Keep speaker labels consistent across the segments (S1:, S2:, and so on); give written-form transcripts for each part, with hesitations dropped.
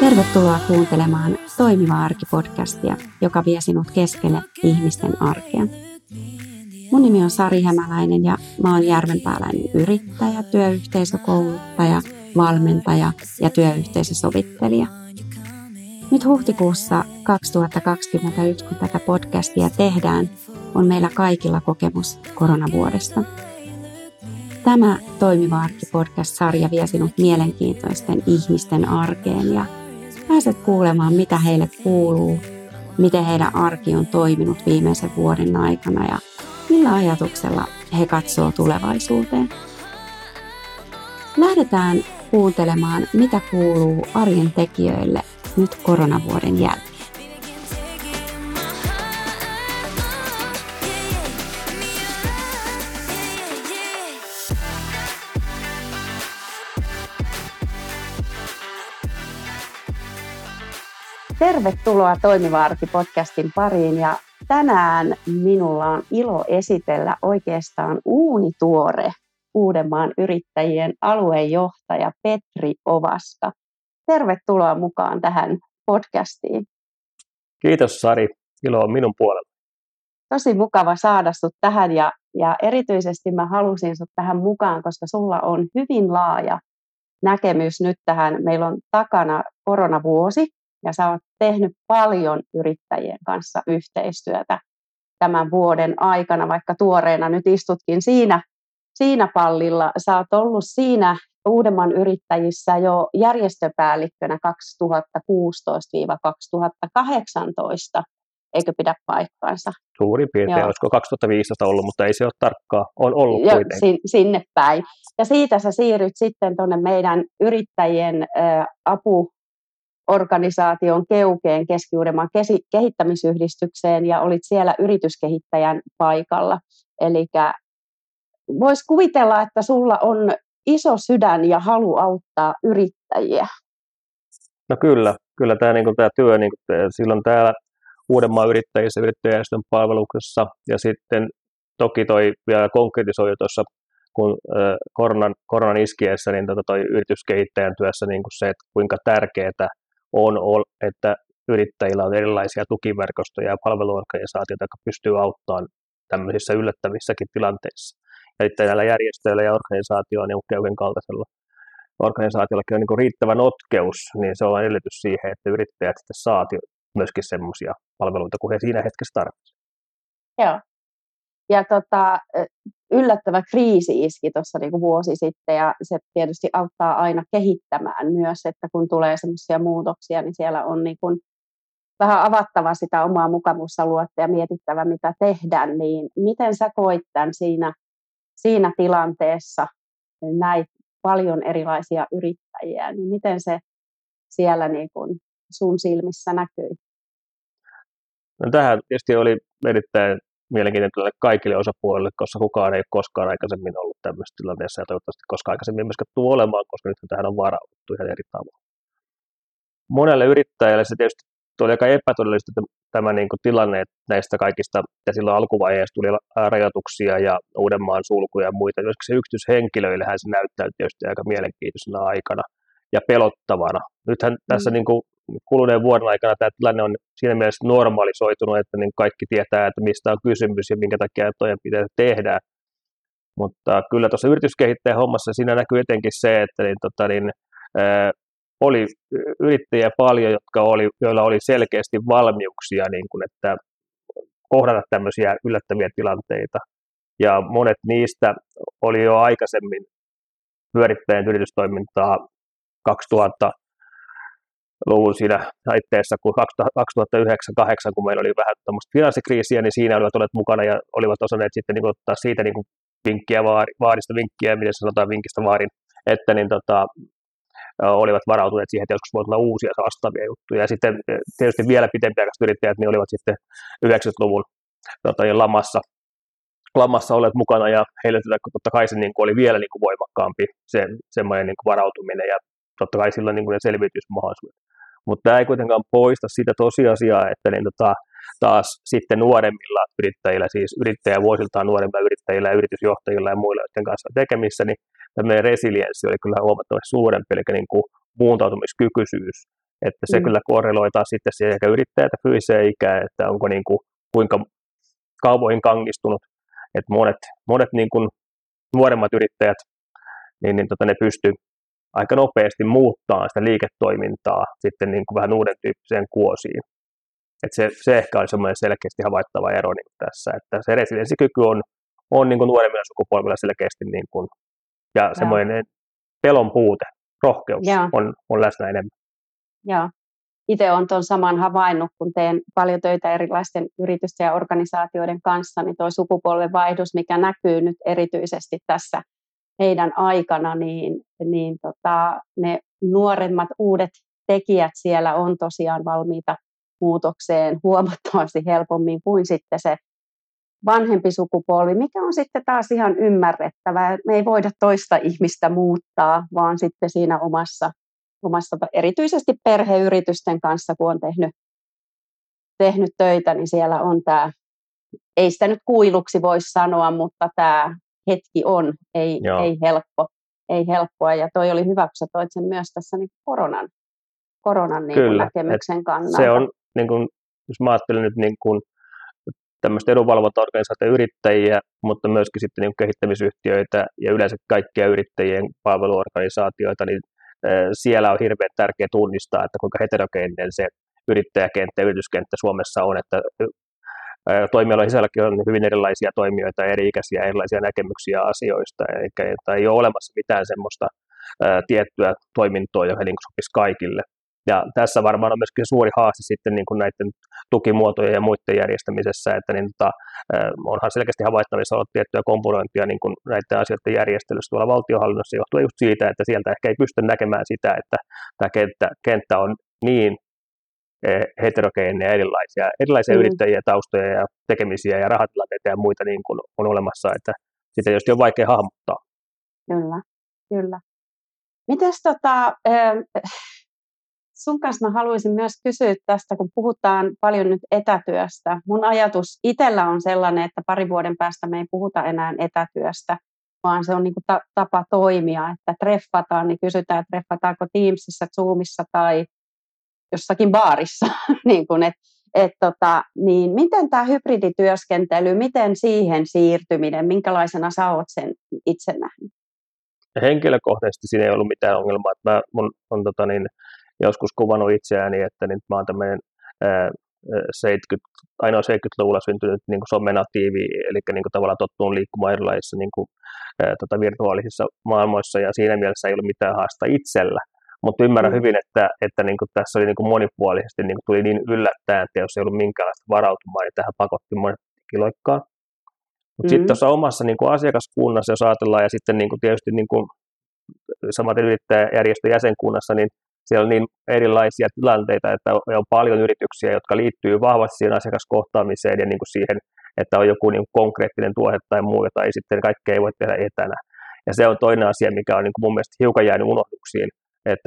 S1: Tervetuloa kuuntelemaan Toimiva arki-podcastia, joka vie sinut keskelle ihmisten arkea. Mun nimi on Sari Hämäläinen ja mä oon järvenpääläinen yrittäjä, työyhteisökouluttaja, valmentaja ja työyhteisösovittelija. Nyt huhtikuussa 2021, kun tätä podcastia tehdään, on meillä kaikilla kokemus koronavuodesta. Tämä Toimiva arki-podcast-sarja vie sinut mielenkiintoisten ihmisten arkeen ja pääset kuulemaan, mitä heille kuuluu, miten heidän arki on toiminut viimeisen vuoden aikana ja millä ajatuksella he katsoo tulevaisuuteen. Lähdetään kuuntelemaan, mitä kuuluu arjen tekijöille nyt koronavuoden jälkeen. Tervetuloa Toimiva arki-podcastin pariin ja tänään minulla on ilo esitellä oikeastaan uunituore Uudenmaan yrittäjien aluejohtaja Petri Ovaska. Tervetuloa mukaan tähän podcastiin.
S2: Kiitos Sari, ilo on minun puolella.
S1: Tosi mukava saada sut tähän ja erityisesti mä halusin sut tähän mukaan, koska sulla on hyvin laaja näkemys nyt tähän. Meillä on takana koronavuosi. Ja sä oot tehnyt paljon yrittäjien kanssa yhteistyötä tämän vuoden aikana, vaikka tuoreena nyt istutkin siinä pallilla. Sä oot ollut siinä Uudenmaan yrittäjissä jo järjestöpäällikkönä 2016-2018, eikö pidä paikkaansa?
S2: Suurin piirtein, olisiko 2015 ollut, mutta ei se ole tarkkaa, on ollut kuitenkin.
S1: Sinne päin. Ja siitä sä siirryt sitten tuonne meidän yrittäjien apuorganisaation Keukeen Keski-Uudenmaan kehittämisyhdistykseen ja olit siellä yrityskehittäjän paikalla. Eli voisi kuvitella, että sulla on iso sydän ja halu auttaa yrittäjiä.
S2: No kyllä tämä työ silloin täällä Uudenmaan yrittäjissä yrittäjäjärjestön palveluksessa ja sitten toki toi vielä konkretisoi tuossa kun koronan iskiessä niin toi yrityskehittäjän työssä niin kuin se, että kuinka tärkeää on, että yrittäjillä on erilaisia tukiverkostoja ja palveluorganisaatioita, jotka pystyy auttamaan tämmöisissä yllättävissäkin tilanteissa. Ja sitten näillä järjestöillä ja organisaatioilla, niin Keuken kaltaisella organisaatiollakin on niin riittävä notkeus, niin se on edellytys siihen, että yrittäjät sitten saa myöskin semmoisia palveluita, kun he siinä hetkessä tarvitsevat.
S1: Joo. Ja yllättävä kriisi iski tuossa niin kuin vuosi sitten ja se tietysti auttaa aina kehittämään myös, että kun tulee semmoisia muutoksia, niin siellä on niin kuin vähän avattava sitä omaa mukavuusaluetta ja mietittävä, mitä tehdään, niin miten sä koit tämän siinä tilanteessa, näit paljon erilaisia yrittäjiä, niin miten se siellä niin kuin sun silmissä näkyi?
S2: No, tähän tietysti oli erittäin mielenkiintoinen kaikille osapuolille, koska kukaan ei ole koskaan aikaisemmin ollut tämmöisessä tilanteessa ja toivottavasti koskaan aikaisemmin myöskään tule olemaan, koska nyt tähän on varauduttu ihan eri tavalla. Monelle yrittäjälle se tietysti oli aika epätodellista tämä niin kuin tilanne näistä kaikista, ja silloin alkuvaiheessa tuli rajoituksia ja Uudenmaan sulkuja ja muita. Myöskin se yksityishenkilöillehän se näyttäytyi tietysti aika mielenkiintoisena aikana ja pelottavana. Nythän tässä niin kuin kuluneen vuoden aikana tämä tilanne on siinä mielessä normalisoitunut, että niin kaikki tietää, että mistä on kysymys ja minkä takia toimenpiteitä tehdään. Mutta kyllä tuossa yrityskehittäjän hommassa siinä näkyy etenkin se, että oli yrittäjiä paljon, joilla oli selkeästi valmiuksia, niin kuin, että kohdata tämmöisiä yllättäviä tilanteita. Ja monet niistä oli jo aikaisemmin pyörittäjän yritystoimintaa 2000-luvun siinä taitteessa, kun 2009-2008, kun meillä oli vähän tämmöistä finanssikriisiä, niin siinä olivat olleet mukana ja olivat osanneet sitten niin ottaa siitä niin vinkkiä vaarista vinkkiä, miten sanotaan vinkistä vaarin, että olivat varautuneet siihen, että joskus voi tulla uusia vastaavia juttuja. Ja sitten tietysti vielä pitempiaikaiset yrittäjät niin olivat sitten 90-luvun lamassa olleet mukana ja heille totta kai se niin kuin oli vielä niin kuin voimakkaampi se semmoinen niin kuin varautuminen ja totta kai silloin niin kuin ne selviytymismahdollisuudet. Mutta tämä ei kuitenkaan poista sitä tosiasiaa, että taas sitten nuoremmilla yrittäjillä, siis yrittäjävuosiltaan nuoremmilla yrittäjillä ja yritysjohtajilla ja muilla, joiden kanssa tekemissä, niin tämmöinen resilienssi oli kyllä huomattavasti suurempi, eli niin kuin muuntautumiskykyisyys Että se kyllä korreloi taas sitten siihen sekä yrittäjät ja fyysiseen ikään, että onko niin kuin, kuinka kauvoihin kangistunut. Että monet niin kuin nuoremmat yrittäjät, niin ne pystyy aika nopeasti muuttamaan sitä liiketoimintaa sitten niin kuin vähän uuden tyyppiseen kuosiin. Että se ehkä on semmoinen selkeästi havaittava ero niin tässä, että se resilienssikyky on niin kuin nuoremmilla sukupolvilla selkeästi, niin kuin, ja semmoinen pelon puute, rohkeus on läsnä enemmän.
S1: Joo. Itse olen tuon saman havainnut, kun teen paljon töitä erilaisten yritysten ja organisaatioiden kanssa, niin tuo sukupolvenvaihdos, mikä näkyy nyt erityisesti tässä heidän aikana, niin ne nuoremmat uudet tekijät siellä on tosiaan valmiita muutokseen huomattavasti helpommin kuin sitten se vanhempi sukupolvi, mikä on sitten taas ihan ymmärrettävää. Me ei voida toista ihmistä muuttaa, vaan sitten siinä omassa erityisesti perheyritysten kanssa, kun on tehnyt töitä, niin siellä on tämä, ei sitä nyt kuiluksi voi sanoa, mutta tämä hetki ei helppoa. Ja toi oli hyvä, kun sä toit sen myös tässä niin koronan niin kuin näkemyksen kannalta.
S2: Se on, niin kuin, jos mä ajattelen nyt niin kuin tämmöistä edunvalvontaorganisaatioiden yrittäjiä, mutta myöskin sitten niin kuin kehittämisyhtiöitä ja yleensä kaikkia yrittäjien palveluorganisaatioita, niin siellä on hirveän tärkeää tunnistaa, että kuinka heterogeeninen se yrittäjäkenttä ja yrityskenttä Suomessa on, että toimialojen sisälläkin on hyvin erilaisia toimijoita, eri-ikäisiä, erilaisia näkemyksiä asioista, eikä ei ole olemassa mitään semmoista tiettyä toimintoa, joka niin kuin sopisi kaikille. Ja tässä varmaan on myöskin suuri haaste sitten niin kuin näiden tukimuotojen ja muiden järjestämisessä, että onhan selkeästi havaittavissa ollut tiettyä komponentia niin kuin näiden asioiden järjestelyssä tuolla valtionhallinnossa johtuen just siitä, että sieltä ehkä ei pysty näkemään sitä, että tämä kenttä on niin heterogeeninen ja erilaisia yrittäjiä, taustoja ja tekemisiä ja rahatilanteita ja muita niin kuin on olemassa, että sitä tietysti on vaikea hahmottaa.
S1: Kyllä. Mites sun kanssa mä haluaisin myös kysyä tästä, kun puhutaan paljon nyt etätyöstä. Mun ajatus itsellä on sellainen, että 2 vuoden päästä me ei puhuta enää etätyöstä, vaan se on niin kuin tapa toimia, että treffataan, niin kysytään, että treffataanko Teamsissa, Zoomissa tai jossakin baarissa. niin miten tämä hybridityöskentely, miten siihen siirtyminen, minkälaisena sä oot sen itse nähnyt?
S2: Henkilökohtaisesti siinä ei ollut mitään ongelmaa. Mun on joskus kuvannut itseäni, että nyt mä oon tämmöinen ainoa 70-luvulla syntynyt niin kuin somenatiivi, eli niin kuin tavallaan tottunut liikkumaan erilaisissa niin kuin, virtuaalisissa maailmoissa, ja siinä mielessä ei ollut mitään haasta itsellä. Mutta ymmärrän hyvin, että niin kuin tässä oli niin kuin monipuolisesti, niin kuin tuli niin yllättäen, että jos ei ollut minkäänlaista varautumaa, niin tähän pakotti monet kiloikkaa. Mutta sitten tuossa omassa niin kuin asiakaskunnassa, jos ajatellaan, ja sitten niin kuin tietysti niin kuin samaten yrittäjäjärjestön jäsenkunnassa, niin siellä on niin erilaisia tilanteita, että on paljon yrityksiä, jotka liittyy vahvasti siihen asiakaskohtaamiseen ja niin kuin siihen, että on joku niin kuin konkreettinen tuote tai muu, tai sitten kaikkea ei voi tehdä etänä. Ja se on toinen asia, mikä on niin kuin mun mielestä hiukan jäänyt unohduksiin, että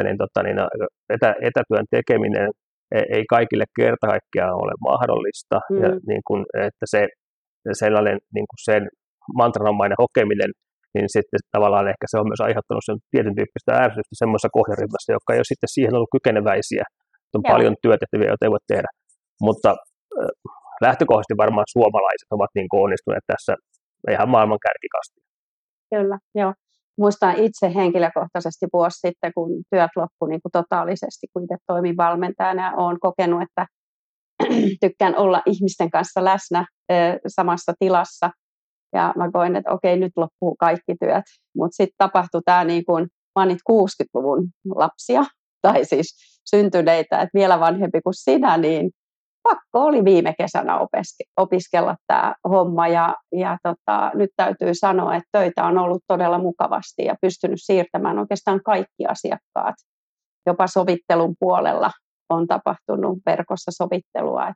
S2: etätyön tekeminen ei kaikille kerta kaikkiaan ole mahdollista, ja niin kuin, että se sellainen niin kuin sen mantranomainen hokeminen, niin sitten tavallaan ehkä se on myös aiheuttanut sen tietyn tyyppistä ärsytystä semmoisessa kohderyhmässä, joka ei ole sitten siihen ollut kykeneväisiä. On paljon työtehtäviä, joita ei voi tehdä. Mutta lähtökohtaisesti varmaan suomalaiset ovat niin kuin onnistuneet tässä ihan maailman kärkikasti.
S1: Kyllä, joo. Muistan itse henkilökohtaisesti vuosi sitten, kun työt loppui niin kuin totaalisesti, kun itse toimin valmentajana, ja olen kokenut, että tykkään olla ihmisten kanssa läsnä samassa tilassa. Ja mä koin, että okei, nyt loppuu kaikki työt. Mutta sitten tapahtui tämä, niin kuin mä 60-luvun lapsia, tai siis syntyneitä, että vielä vanhempi kuin sinä, niin pakko oli viime kesänä opiskella tämä homma. Ja nyt täytyy sanoa, että töitä on ollut todella mukavasti ja pystynyt siirtämään oikeastaan kaikki asiakkaat. Jopa sovittelun puolella on tapahtunut verkossa sovittelua,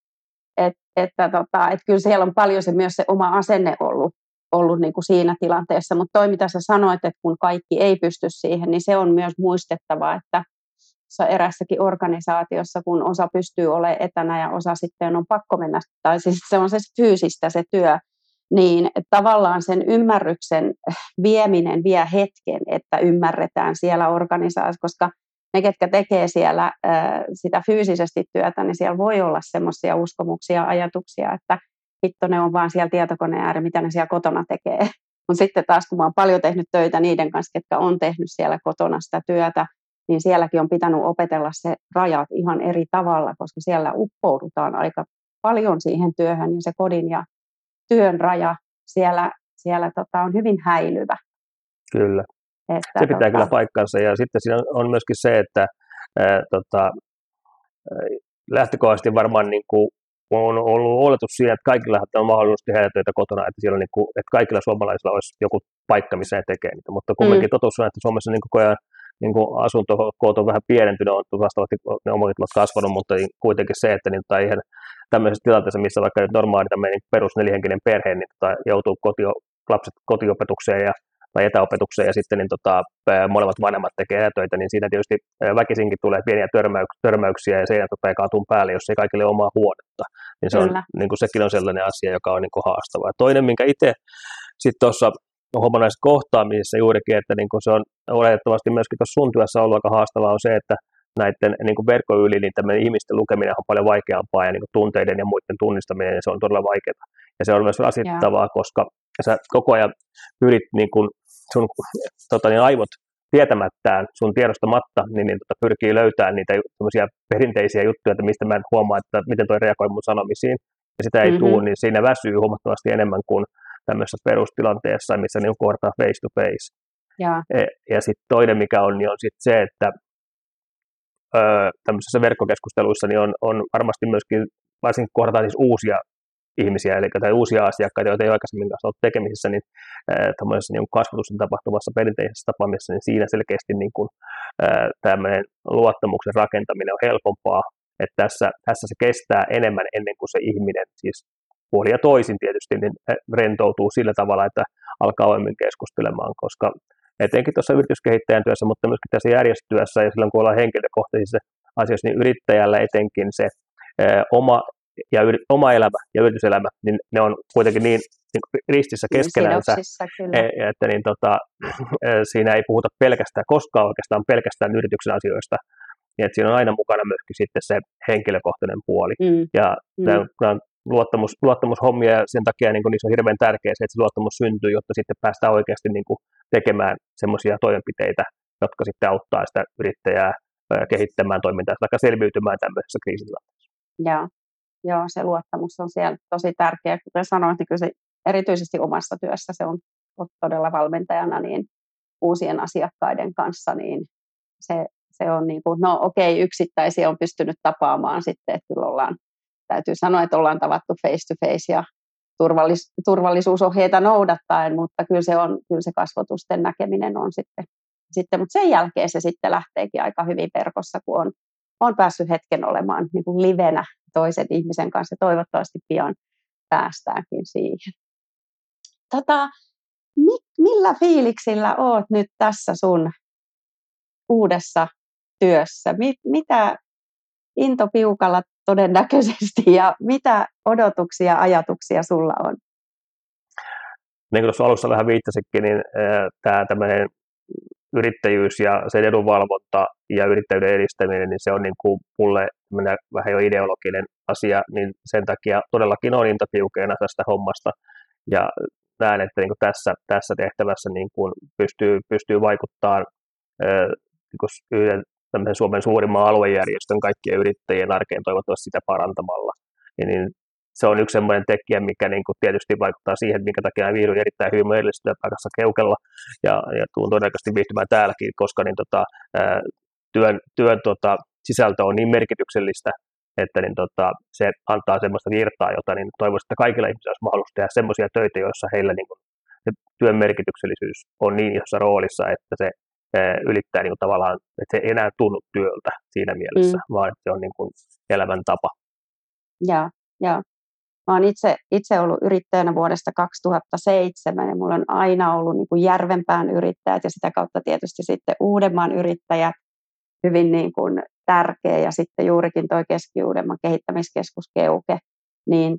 S1: että kyllä siellä on paljon myös se oma asenne ollut niin kuin siinä tilanteessa, mutta toi mitä sä sanoit, että kun kaikki ei pysty siihen, niin se on myös muistettava, että erässäkin organisaatiossa, kun osa pystyy olemaan etänä ja osa sitten on pakko mennä, tai siis se on se fyysistä se työ, niin tavallaan sen ymmärryksen vieminen vie hetken, että ymmärretään siellä organisaatiossa, koska ne, ketkä tekee siellä sitä fyysisesti työtä, niin siellä voi olla semmoisia uskomuksia, ajatuksia, että hitto ne on vaan siellä tietokoneen äärellä, mitä ne siellä kotona tekee. Mutta sitten taas, kun mä oon paljon tehnyt töitä niiden kanssa, ketkä on tehnyt siellä kotona sitä työtä, niin sielläkin on pitänyt opetella se rajat ihan eri tavalla, koska siellä uppoudutaan aika paljon siihen työhön ja se kodin ja työn raja siellä on hyvin häilyvä.
S2: Kyllä. Että, se pitää kyllä paikkansa ja sitten siinä on myöskin se, että lähtökohtaisesti varmaan niin kuin on ollut oletus siinä, että kaikilla on mahdollisuus tehdä töitä kotona, että, siellä on niin kuin, että kaikilla suomalaisilla olisi joku paikka, missä he tekee niitä, mutta kumminkin totuus on, että Suomessa niin koko ajan niin kuin asuntokoot on vähän pienentynyt, on vastaavasti ne omat ovat kasvanut, mutta kuitenkin se, että niin, ihan tämmöisessä tilanteessa, missä vaikka nyt normaali tämmöinen perus 4-henkinen perhe, niin joutuu lapset kotiopetukseen tai etäopetukseen ja sitten niin, molemmat vanhemmat tekee etätöitä, niin siinä tietysti väkisinkin tulee pieniä törmäyksiä ja seinät rupeaa kaatumaan päälle, jos ei kaikille ole omaa huonetta. Niin se on, niin kuin sekin on sellainen asia, joka on niin kuin haastava. Ja toinen, minkä itse sitten tuossa huomannut näissä kohtaamisissa juurikin, että niin kuin se on oletettavasti myöskin tuossa sun työssä ollut aika haastavaa on se, että näiden niin kuin verkon yli niin tämmöinen ihmisten lukeminen on paljon vaikeampaa ja niin kuin tunteiden ja muiden tunnistaminen, niin se on todella vaikeaa. Ja se on myös rasittavaa, koska sä koko ajan pyrit niin kuin sun aivot tietämättään, sun tiedostamatta, niin pyrkii löytämään niitä perinteisiä juttuja, että mistä mä en huomaa, että miten toi reagoi mun sanomisiin, ja sitä ei tule, niin siinä väsyy huomattavasti enemmän kuin tämmöisessä perustilanteessa, missä niin kohdataan face to face. Ja sitten toinen, mikä on, niin on sit se, että tämmöisissä verkkokeskusteluissa niin on varmasti myöskin, varsinkin kohdataan siis uusia ihmisiä, eli uusia asiakkaita, joita ei aikaisemmin kanssa ollut tekemisissä, niin tämmöisessä niin kasvatusten tapahtuvassa perinteisessä tapaamisessa, niin siinä selkeästi niin kuin, tämmöinen luottamuksen rakentaminen on helpompaa, että tässä se kestää enemmän ennen kuin se ihminen, siis puolin ja toisin tietysti, niin rentoutuu sillä tavalla, että alkaa avoimen keskustelemaan, koska etenkin tuossa yrityskehittäjän työssä, mutta myöskin tässä järjestötyössä ja silloin kun ollaan henkilökohtaisissa asioissa, niin yrittäjällä etenkin se oma elämä ja yrityselämä, niin ne on kuitenkin niin ristissä keskenänsä, että niin, siinä ei puhuta koskaan oikeastaan pelkästään yrityksen asioista, niin että siinä on aina mukana myöskin sitten se henkilökohtainen puoli. Ja nämä luottamushommia ja sen takia niin niissä on hirveän tärkeää se, että se luottamus syntyy, jotta sitten päästään oikeasti niin kuin tekemään semmoisia toimenpiteitä, jotka sitten auttaa sitä yrittäjää kehittämään toimintaa tai selviytymään tämmöisessä kriisitilanteessa.
S1: Joo, se luottamus on siellä tosi tärkeä. Kuten sanoin, niin kyllä se erityisesti omassa työssä se on todella valmentajana niin uusien asiakkaiden kanssa, niin se on niin kuin, yksittäisiä on pystynyt tapaamaan sitten, että kyllä täytyy sanoa, että ollaan tavattu face to face ja turvallisuusohjeita noudattaen, mutta kyllä se kasvotusten näkeminen on sitten, mutta sen jälkeen se sitten lähteekin aika hyvin verkossa, kun on päässyt hetken olemaan niin kuin livenä toisen ihmisen kanssa. Toivottavasti pian päästäänkin siihen. Millä fiiliksillä oot nyt tässä sun uudessa työssä? Mitä intopiukalla todennäköisesti ja mitä odotuksia, ajatuksia sulla on?
S2: Niin kuin tuossa alussa vähän viittasikin, niin tämä tämmöinen yrittäjyys ja sen edunvalvonta ja yrittäjyyden edistäminen, niin se on niin kuin mulle vähän jo ideologinen asia, niin sen takia todellakin on intopiukeena tästä hommasta. Ja näen, että niin kuin tässä tehtävässä niin kuin pystyy vaikuttamaan yhden Suomen suurimman aluejärjestön kaikkien yrittäjien arkeen toivottavasti sitä parantamalla. Niin se on yksi sellainen tekijä, mikä niin kuin tietysti vaikuttaa siihen, minkä takia nämä viihdyt erittäin hyvin meillä paikassa Keukella ja tuun todennäköisesti viihtymään täälläkin, koska niin, työn sisältö on niin merkityksellistä, että niin, se antaa semmoista virtaa, jota niin toivoisin, että kaikilla ihmisillä olisi mahdollisuus tehdä semmoisia töitä, joissa heillä niin kuin, se työn merkityksellisyys on niin isossa roolissa, että se ylittää niin kuin, tavallaan, että se ei enää tunnu työltä siinä mielessä, vaan että se on niin kuin elämäntapa.
S1: Joo. Mä oon itse ollut yrittäjänä vuodesta 2007 ja mulla on aina ollut niin kuin Järvenpään yrittäjät ja sitä kautta tietysti sitten Uudenmaan yrittäjät hyvin niin kuin tärkeä ja sitten juurikin toi Keski-Uudenmaan kehittämiskeskus Keuke, niin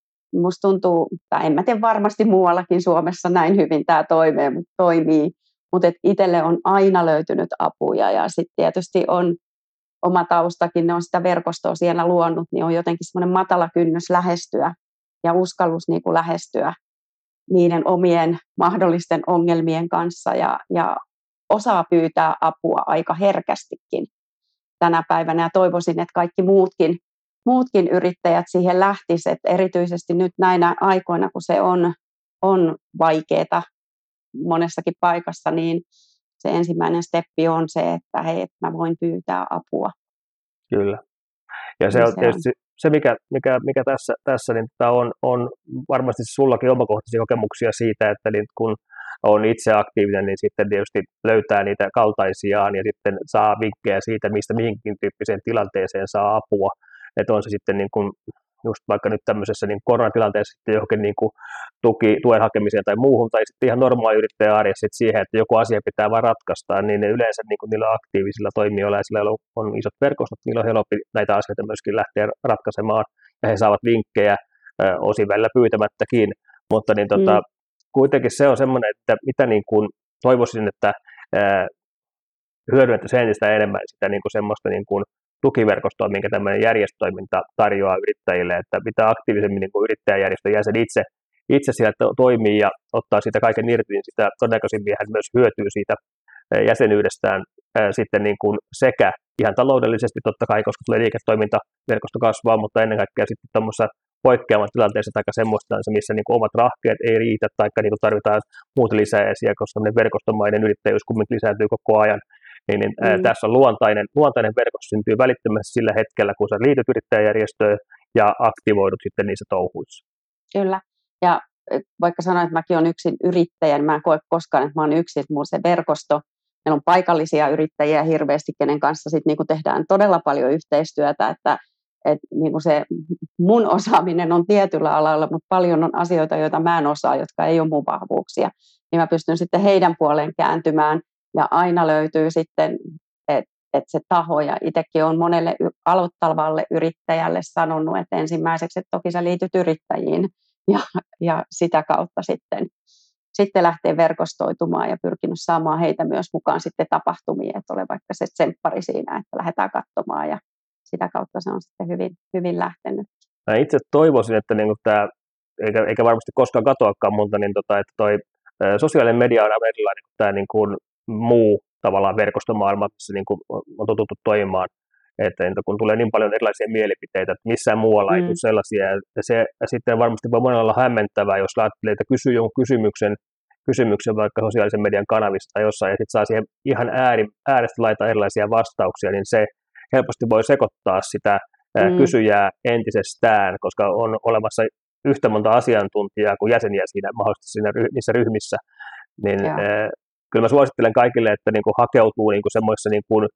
S1: musta tuntuu, tai en mä tiedä varmasti muuallakin Suomessa näin hyvin tämä toimii, mutta itselle on aina löytynyt apuja ja sitten tietysti on oma taustakin, ne on sitä verkostoa siellä luonut, niin on jotenkin semmoinen matala kynnys lähestyä ja uskallus niin kuin lähestyä niiden omien mahdollisten ongelmien kanssa ja osaa pyytää apua aika herkästikin tänä päivänä ja toivoisin, että kaikki muutkin yrittäjät siihen lähtisivät, erityisesti nyt näinä aikoina, kun se on vaikeaa monessakin paikassa, niin se ensimmäinen steppi on se, että hei, että mä voin pyytää apua.
S2: Kyllä. Ja se on tietysti se, mikä tässä niin on varmasti sullakin omakohtaisia kokemuksia siitä, että niin kun on itse aktiivinen, niin sitten tietysti löytää niitä kaltaisiaan ja sitten saa vinkkejä siitä, mistä mihinkin tyyppiseen tilanteeseen saa apua. Että on se sitten niin kuin just vaikka nyt tämmöisessä niin koronatilanteessa sitten johonkin niin kuin tuen hakemiseen tai muuhun, tai sitten ihan normaali yrittäjän arjessa siihen, että joku asia pitää vaan ratkaista, niin ne yleensä niin kuin niillä aktiivisilla toimijoilla ja sillä on isot verkostot, niillä on helpompi näitä asioita myöskin lähteä ratkaisemaan, ja he saavat vinkkejä osin välillä pyytämättäkin, mutta niin kuitenkin se on semmoinen, että mitä niin kuin toivoisin, että hyödynnettäisiin entistä enemmän sitä niin kuin semmoista niin kuin tukiverkostoa, minkä tämmöinen järjestötoiminta tarjoaa yrittäjille, että mitä aktiivisemmin niin kuin yrittäjäjärjestön jäsen itse siellä toimii ja ottaa siitä kaiken irti, niin sitä todennäköisimmin hän myös hyötyy siitä jäsenyydestään sitten niin kuin sekä ihan taloudellisesti totta kai, koska tulee liiketoimintaverkosto kasvaa, mutta ennen kaikkea sitten tuommoisessa poikkeaman tilanteessa tai semmoista, missä niin kuin omat rahkeet ei riitä tai niin kuin tarvitaan muuta lisäisiä, koska verkostomainen yrittäjyys kumminkin lisääntyy koko ajan. Niin tässä on luontainen verkosto syntyy välittömästi sillä hetkellä, kun sä liityt yrittäjäjärjestöön ja aktivoidut sitten niissä touhuissa.
S1: Kyllä, ja vaikka sanoin, että mäkin olen yksin yrittäjä, niin mä en koe koskaan, että mä olen yksin, että mulla on se verkosto. Meillä on paikallisia yrittäjiä hirveästi, kenen kanssa sit niinku tehdään todella paljon yhteistyötä, että niinku se mun osaaminen on tietyllä alalla, mutta paljon on asioita, joita mä en osaa, jotka ei ole mun vahvuuksia, niin mä pystyn sitten heidän puoleen kääntymään. Ja aina löytyy sitten, että se taho, ja itsekin olen monelle aloittavalle yrittäjälle sanonut, että ensimmäiseksi, että toki sä liityt yrittäjiin, ja sitä kautta sitten lähtee verkostoitumaan ja pyrkinyt saamaan heitä myös mukaan sitten tapahtumiin, että ole vaikka se tsemppari siinä, että lähdetään katsomaan, ja sitä kautta se on sitten hyvin, hyvin lähtenyt.
S2: Mä itse toivoisin, että niin tämä, eikä varmasti koskaan katoakaan multa, niin että toi sosiaalinen media on aivan erilainen kuin tämä niin kuin muu tavallaan verkostomaailma, missä niin kuin on totuttu toimimaan, että kun tulee niin paljon erilaisia mielipiteitä, että missään muualla ei tule sellaisia, ja se sitten varmasti voi monella olla hämmentävää, jos ajattelee, että kysyy jonkun kysymyksen vaikka sosiaalisen median kanavissa tai jossain, ja sitten saa siihen ihan äärestä laittaa erilaisia vastauksia, niin se helposti voi sekoittaa sitä kysyjää entisestään, koska on olemassa yhtä monta asiantuntijaa kuin jäseniä siinä mahdollisesti niissä ryhmissä, niin kyllä mä suosittelen kaikille, että niin kuin hakeutuu niin kuin semmoisessa niin kuin,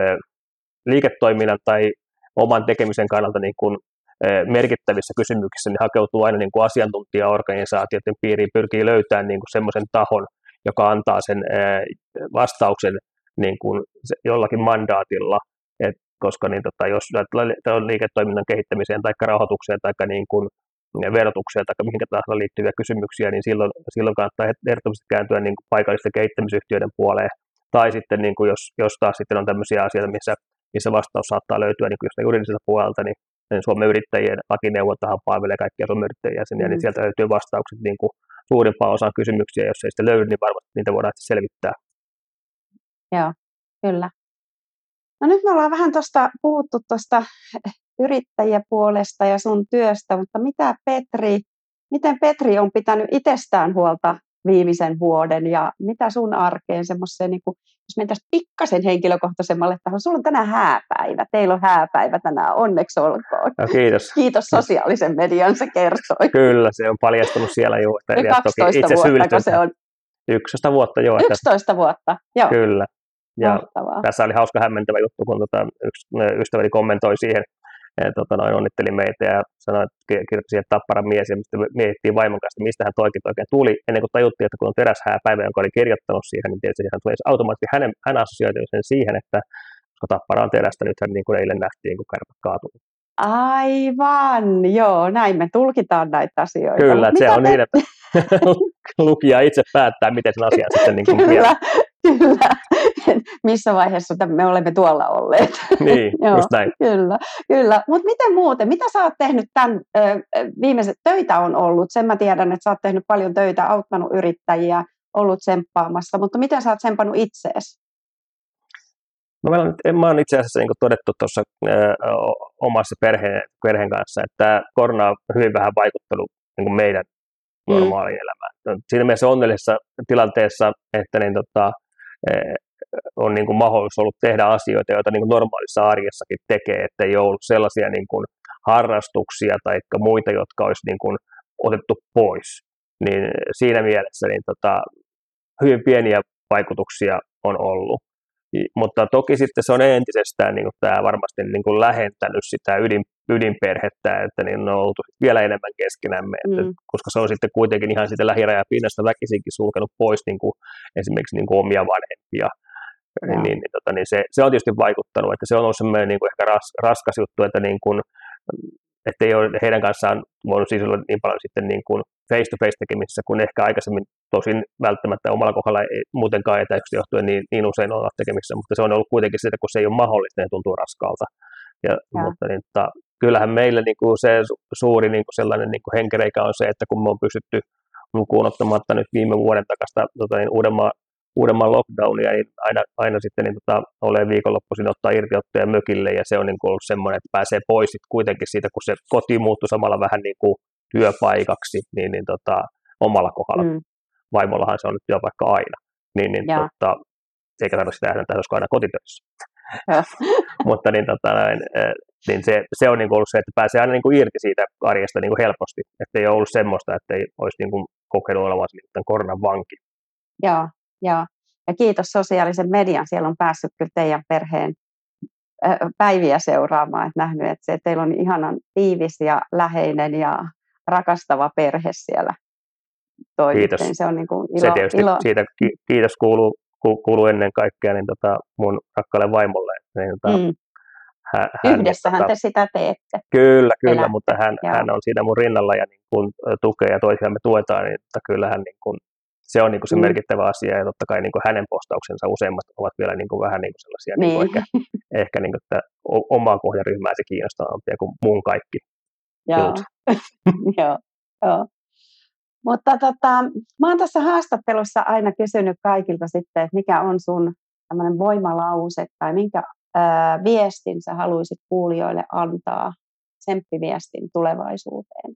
S2: liiketoiminnan tai oman tekemisen kannalta niin kuin, merkittävissä kysymyksissä, niin hakeutuu aina niin kuin asiantuntijaorganisaatioiden piiriin, pyrkii löytämään niin kuin semmoisen tahon, joka antaa sen vastauksen niin kuin jollakin mandaatilla, koska niin, jos on liiketoiminnan kehittämiseen tai rahoitukseen tai niin kuin verotukseen tai mihinkä tahansa liittyviä kysymyksiä, niin silloin kannattaa ehdottomasti kääntyä niin kuin paikallisten kehittämisyhtiöiden puoleen. Tai sitten, niin kuin jos taas sitten on tämmöisiä asioita, missä vastaus saattaa löytyä niin kuin jostain juridiselta puolelta, niin Suomen yrittäjien lakineuvontahan palvelee kaikkia Suomen yrittäjien jäseniä, niin sieltä löytyy vastaukset niin kuin suurimpaan osaan kysymyksiä. Jos ei sitten löydy, niin varmasti niitä voidaan selvittää.
S1: Joo, kyllä. No nyt me ollaan vähän puhuttu tuosta yrittäjäpuolesta ja sun työstä, mutta miten Petri on pitänyt itsestään huolta viimeisen vuoden ja mitä sun arkeen semmoiseen, niin jos mentäisiin pikkasen henkilökohtaisemmalle taholle, sulla on tänään hääpäivä, teillä on hääpäivä tänään, onneksi olkoon.
S2: No, kiitos.
S1: Kiitos sosiaalisen median, se kertoi.
S2: Kyllä, se on paljastunut siellä jo.
S1: 12 vuotta se on.
S2: 11 vuotta jo.
S1: 11 vuotta, joo.
S2: Kyllä. Ja
S1: mahtavaa.
S2: Tässä oli hauska hämmentävä juttu, kun yksi ystäväni kommentoi siihen, onnitteli meitä ja sanoi, että kirjoitti siihen Tapparan mies, ja mietittiin vaimon kanssa, mistä hän toikin oikein tuli, ennen kuin tajuttiin, että kun on teräshääpäivä, jonka oli kirjoittanut siihen, niin tietysti hän tuli automaattisesti hän assosioitui sen siihen, että koska Tappara on terästä, nythän niin kuin eilen nähtiin, kun kärpät kaatuu.
S1: Aivan, joo, näin me tulkitaan näitä asioita.
S2: Kyllä, se on niin, että lukija itse päättää, miten sen asian sitten niin kuin
S1: Kyllä, Kyllä. Missä vaiheessa me olemme tuolla olleet.
S2: Niin, just näin.
S1: Kyllä. Mutta miten muuten? Mitä sä oot tehnyt tämän viimeiset? Töitä on ollut. Sen mä tiedän, että sä oot tehnyt paljon töitä, auttanut yrittäjiä, ollut tsemppaamassa. Mutta miten sä oot tsemppannut itseesi?
S2: No, mä oon itse asiassa niin todettu tuossa omassa perheen kanssa, että korona on hyvin vähän vaikuttanut niin meidän normaaliin elämään. Siinä mielessä onnellisessa tilanteessa, että on niin kuin mahdollisuus ollut tehdä asioita, joita niin kuin normaalissa arjessakin tekee, että ei ole ollut sellaisia niin kuin harrastuksia tai muita, jotka olisi niin kuin otettu pois. Niin siinä mielessä niin hyvin pieniä vaikutuksia on ollut. Mutta toki sitten se on entisestään niin kuin tämä varmasti niin kuin lähentänyt sitä ydinperhettä, että niin on oltu vielä enemmän keskenämme, koska se on sitten kuitenkin ihan siitä lähirajapinnasta väkisinkin sulkenut pois niin kuin esimerkiksi niin kuin omia vanhempia. Niin se on tietysti vaikuttanut, että se on ollut semmoinen niin kuin ehkä raskas juttu, että niin kuin, että ei ole heidän kanssaan voinut siis olla niin paljon sitten niin kuin face-to-face tekemisissä, kun ehkä aikaisemmin tosin välttämättä omalla kohdalla ei muutenkaan etäyksistä johtuen niin usein olla tekemisissä, mutta se on ollut kuitenkin sitä, kun se ei ole mahdollista, niin tuntuu raskaalta. Mutta niin, kyllähän meillä niin kuin se suuri niin kuin sellainen niin kuin henkereikä on se, että kun me on pystytty lukuun ottamatta nyt viime vuoden takasta Uudenmaan lockdownia, niin aina sitten niin olee viikonloppuisin ottaa irtiottoja mökille, ja se on niin kuin ollut semmoinen, että pääsee pois kuitenkin siitä, kun se koti muuttui samalla vähän niin kuin työpaikaksi, niin omalla kohdalla. Vaimollahan se on nyt työpaikka aina, eikä tarvitse sitä nähdä, että hän olisi aina kotitöissä. Mutta niin se on niin kuin ollut se, että pääsee aina niin kuin irti siitä arjesta niin kuin helposti, että ei ole ollut semmoista, että ei olisi niin kuin kokenut olevansa niin koronan vanki.
S1: Joo. Ja kiitos sosiaalisen median, siellä on päässyt kyllä teidän perheen päiviä seuraamaan, että nähnyt, että teillä on ihanan tiivis ja läheinen ja rakastava perhe siellä toimii. Kiitos. Se on niin kuin
S2: se tietysti siitä kiitos kuuluu ennen kaikkea niin mun rakkaalle vaimolle. Niin,
S1: yhdessähän te sitä teette.
S2: Kyllä, mutta hän on siinä mun rinnalla ja niin kun tukee ja toisiaan me tuetaan, niin kyllähän niin kun se on niin kuin se merkittävä asia, ja totta kai niin kuin hänen postauksensa useimmat ovat vielä niin kuin vähän niin kuin sellaisia, niin kuin ehkä niin kuin, että omaa kohderyhmää se kiinnostavampia kuin muun kaikki.
S1: Joo. Mutta mä oon tässä haastattelussa aina kysynyt kaikilta sitten, että mikä on sun tämmöinen voimalause, tai minkä viestin sä haluaisit kuulijoille antaa, tsemppiviestin tulevaisuuteen.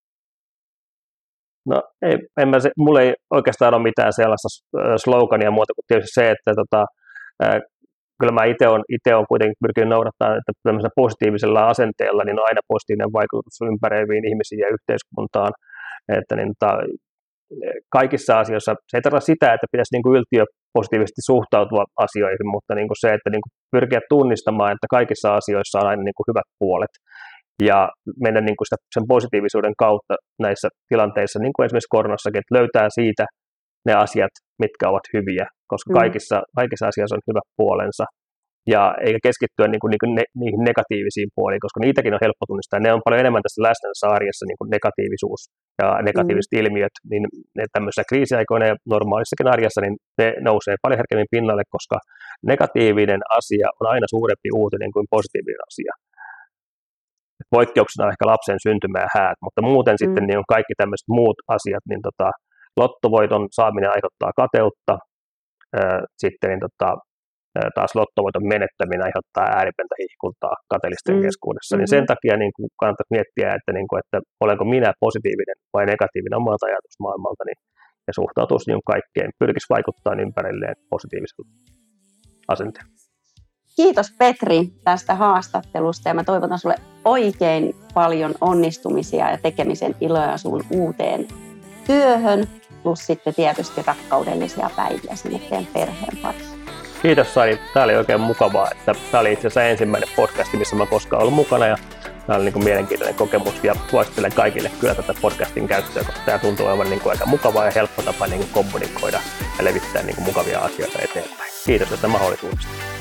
S2: No mulla ei oikeastaan ole mitään sellaista slogania muuta kuin tietysti se, että kyllä mä itse olen kuitenkin pyrkinyt noudattamaan, että tämmöisellä positiivisella asenteella niin on aina positiivinen vaikutus ympäröiviin ihmisiin ja yhteiskuntaan. Että niin, kaikissa asioissa, se ei tarkoita sitä, että pitäisi niin kuin yltiöpositiivisesti suhtautua asioihin, mutta niin kuin se, että niin kuin pyrkiä tunnistamaan, että kaikissa asioissa on aina niin kuin hyvät puolet. Ja mennä niin kuin sen positiivisuuden kautta näissä tilanteissa, niin kuin esimerkiksi koronassakin, että löytää siitä ne asiat, mitkä ovat hyviä, koska kaikissa asioissa on hyvä puolensa. Ja eikä keskittyä niihin negatiivisiin puoliin, koska niitäkin on helppo tunnistaa. Ne on paljon enemmän tässä läsnä tässä arjessa, niin kuin negatiivisuus ja negatiiviset ilmiöt, niin ne tämmöisillä kriisiaikoina ja normaalissakin arjessa, niin ne nousee paljon herkemmin pinnalle, koska negatiivinen asia on aina suurempi uutinen kuin positiivinen asia. Poikkeuksena on ehkä lapsen syntymä ja häät, mutta muuten sitten niin on kaikki tämmöiset muut asiat, niin lottovoiton saaminen aiheuttaa kateutta, sitten niin taas lottovoiton menettäminen aiheuttaa ääripentä hihkuntaa kateellisten keskuudessa, niin sen takia niin kannattaa miettiä, että olenko minä positiivinen vai negatiivinen omalta ajatusmaailmaltani ja suhtautuisi niin kaikkeen, pyrkisi vaikuttaa ympärilleen positiivisella asenteella. Kiitos Petri tästä haastattelusta ja mä toivotan sulle oikein paljon onnistumisia ja tekemisen iloja sun uuteen työhön, plus sitten tietysti rakkaudellisia päiviä sinne teidän perheen parissa. Kiitos Sari, tämä oli oikein mukavaa, että tämä oli itse asiassa ensimmäinen podcast, missä mä koskaan ollut mukana ja tämä oli niin kuin mielenkiintoinen kokemus ja suosittelen kaikille kyllä tätä podcastin käyttöä, koska tämä tuntuu olevan niin kuin aika mukavaa ja helppo tapa niin kuin kommunikoida ja levittää niin kuin mukavia asioita eteenpäin. Kiitos tästä mahdollisuudesta.